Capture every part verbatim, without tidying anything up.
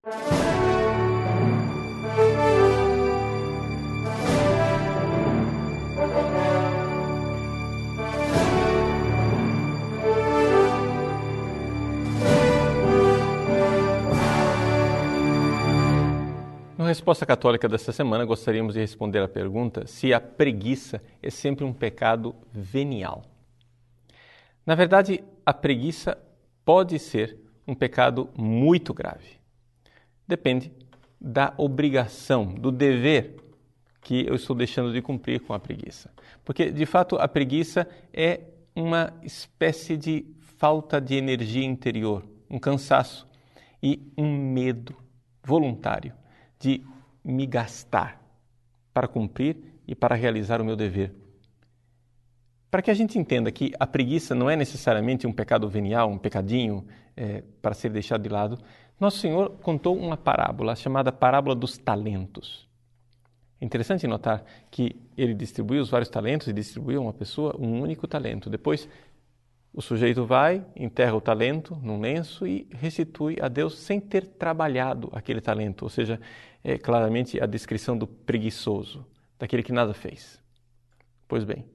Na resposta católica desta semana, gostaríamos de responder à pergunta se a preguiça é sempre um pecado venial. Na verdade, a preguiça pode ser um pecado muito grave. Depende da obrigação, do dever que eu estou deixando de cumprir com a preguiça. Porque, de fato, a preguiça é uma espécie de falta de energia interior, um cansaço e um medo voluntário de me gastar para cumprir e para realizar o meu dever. Para que a gente entenda que a preguiça não é necessariamente um pecado venial, um pecadinho é, para ser deixado de lado, Nosso Senhor contou uma parábola chamada Parábola dos Talentos. É interessante notar que ele distribuiu os vários talentos e distribuiu a uma pessoa um único talento. Depois, o sujeito vai, enterra o talento num lenço e restitui a Deus sem ter trabalhado aquele talento. Ou seja, é claramente a descrição do preguiçoso, daquele que nada fez. Pois bem,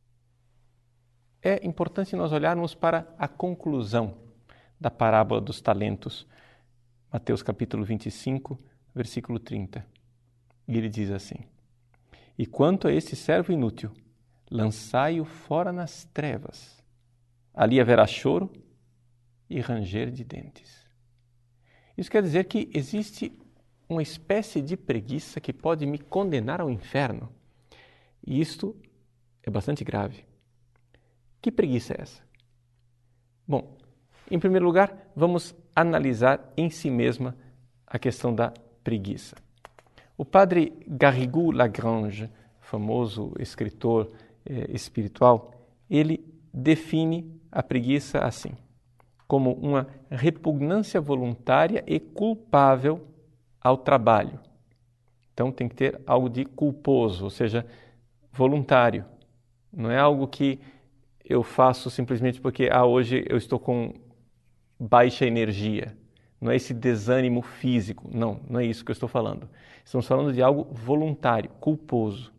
é importante nós olharmos para a conclusão da parábola dos talentos, Mateus capítulo vinte e cinco, versículo trinta. E ele diz assim: E quanto a esse servo inútil, lançai-o fora nas trevas. Ali haverá choro e ranger de dentes. Isso quer dizer que existe uma espécie de preguiça que pode me condenar ao inferno. E isto é bastante grave. Que preguiça é essa? Bom, em primeiro lugar, vamos analisar em si mesma a questão da preguiça. O padre Garrigou Lagrange, famoso escritor eh, espiritual, ele define a preguiça assim, como uma repugnância voluntária e culpável ao trabalho. Então tem que ter algo de culposo, ou seja, voluntário. Não é algo que eu faço simplesmente porque ah, hoje eu estou com baixa energia. Não é esse desânimo físico. Não, não é isso que eu estou falando. Estamos falando de algo voluntário, culposo.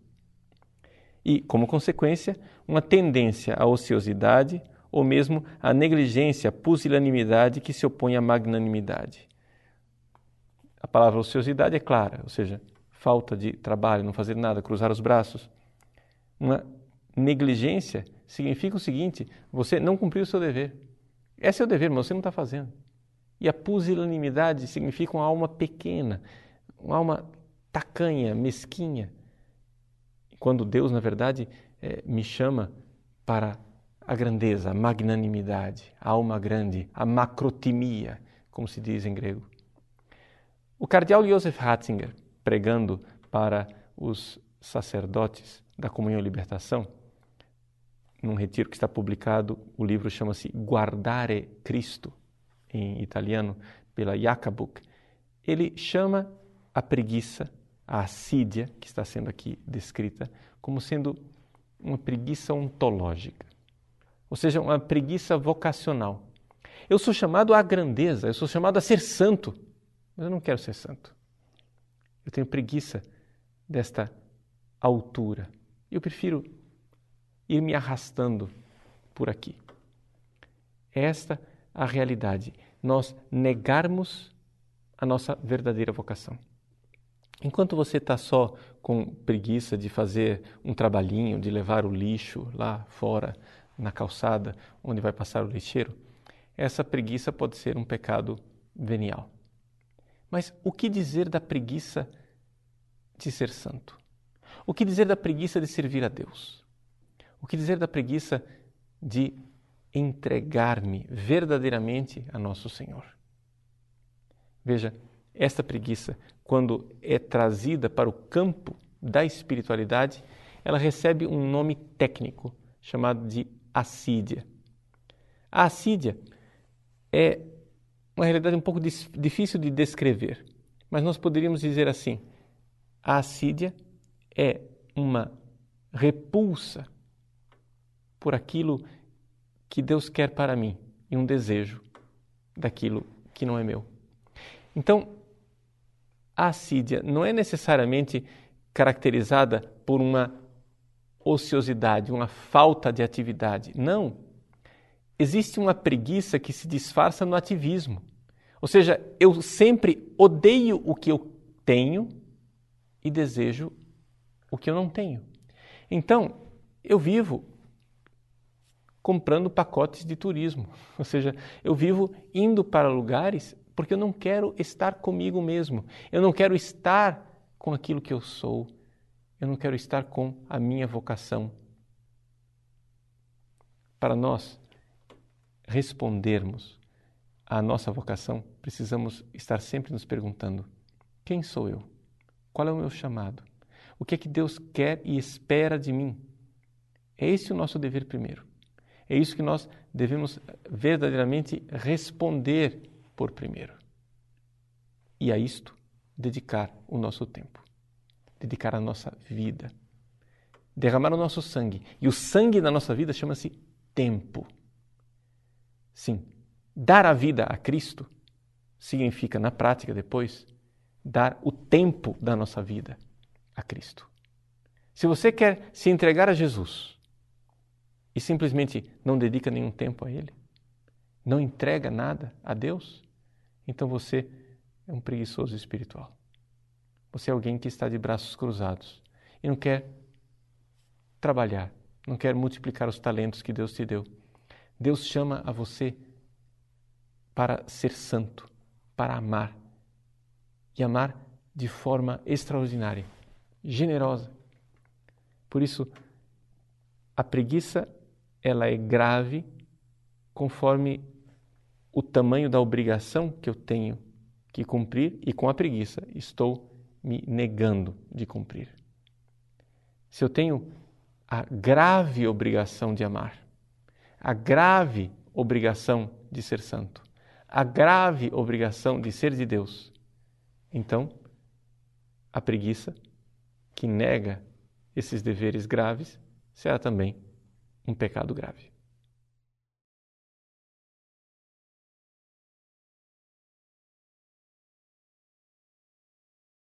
E, como consequência, uma tendência à ociosidade ou mesmo à negligência, à pusilanimidade que se opõe à magnanimidade. A palavra ociosidade é clara, ou seja, falta de trabalho, não fazer nada, cruzar os braços. Uma negligência significa o seguinte: você não cumpriu o seu dever. Esse é o dever, mas você não está fazendo. E a pusilanimidade significa uma alma pequena, uma alma tacanha, mesquinha. Quando Deus, na verdade, é, me chama para a grandeza, a magnanimidade, a alma grande, a macrotimia, como se diz em grego. O cardeal Joseph Ratzinger, pregando para os sacerdotes da Comunhão e Libertação, num retiro que está publicado, o livro chama-se Guardare Cristo, em italiano, pela Jacobuk. Ele chama a preguiça, a assídia, que está sendo aqui descrita, como sendo uma preguiça ontológica, ou seja, uma preguiça vocacional. Eu sou chamado à grandeza, eu sou chamado a ser santo, mas eu não quero ser santo. Eu tenho preguiça desta altura. Eu prefiro ir me arrastando por aqui. Esta é a realidade. Nós negarmos a nossa verdadeira vocação. Enquanto você está só com preguiça de fazer um trabalhinho, de levar o lixo lá fora, na calçada, onde vai passar o lixeiro, essa preguiça pode ser um pecado venial. Mas o que dizer da preguiça de ser santo? O que dizer da preguiça de servir a Deus? O que dizer da preguiça de entregar-me verdadeiramente a Nosso Senhor? Veja, esta preguiça, quando é trazida para o campo da espiritualidade, ela recebe um nome técnico chamado de assídia. A assídia é uma realidade um pouco difícil de descrever, mas nós poderíamos dizer assim: a assídia é uma repulsa por aquilo que Deus quer para mim e um desejo daquilo que não é meu. Então, A assídia não é necessariamente caracterizada por uma ociosidade, uma falta de atividade. Não. Existe uma preguiça que se disfarça no ativismo. Ou seja, eu sempre odeio o que eu tenho e desejo o que eu não tenho. Então, eu vivo comprando pacotes de turismo. Ou seja, eu vivo indo para lugares porque eu não quero estar comigo mesmo. Eu não quero estar com aquilo que eu sou. Eu não quero estar com a minha vocação. Para nós respondermos à nossa vocação, precisamos estar sempre nos perguntando: quem sou eu? Qual é o meu chamado? O que é que Deus quer e espera de mim? É esse o nosso dever primeiro. É isso que nós devemos verdadeiramente responder por primeiro. E a isto dedicar o nosso tempo, dedicar a nossa vida, derramar o nosso sangue. E o sangue da nossa vida chama-se tempo. Sim, dar a vida a Cristo significa, na prática depois, dar o tempo da nossa vida a Cristo. Se você quer se entregar a Jesus e simplesmente não dedica nenhum tempo a Ele, não entrega nada a Deus, então você é um preguiçoso espiritual. Você é alguém que está de braços cruzados e não quer trabalhar, não quer multiplicar os talentos que Deus te deu. Deus chama a você para ser santo, para amar, e amar de forma extraordinária, generosa. Por isso, a preguiça, ela é grave conforme o tamanho da obrigação que eu tenho que cumprir, e com a preguiça estou me negando de cumprir. Se eu tenho a grave obrigação de amar, a grave obrigação de ser santo, a grave obrigação de ser de Deus, então a preguiça, que nega esses deveres graves, será também um pecado grave.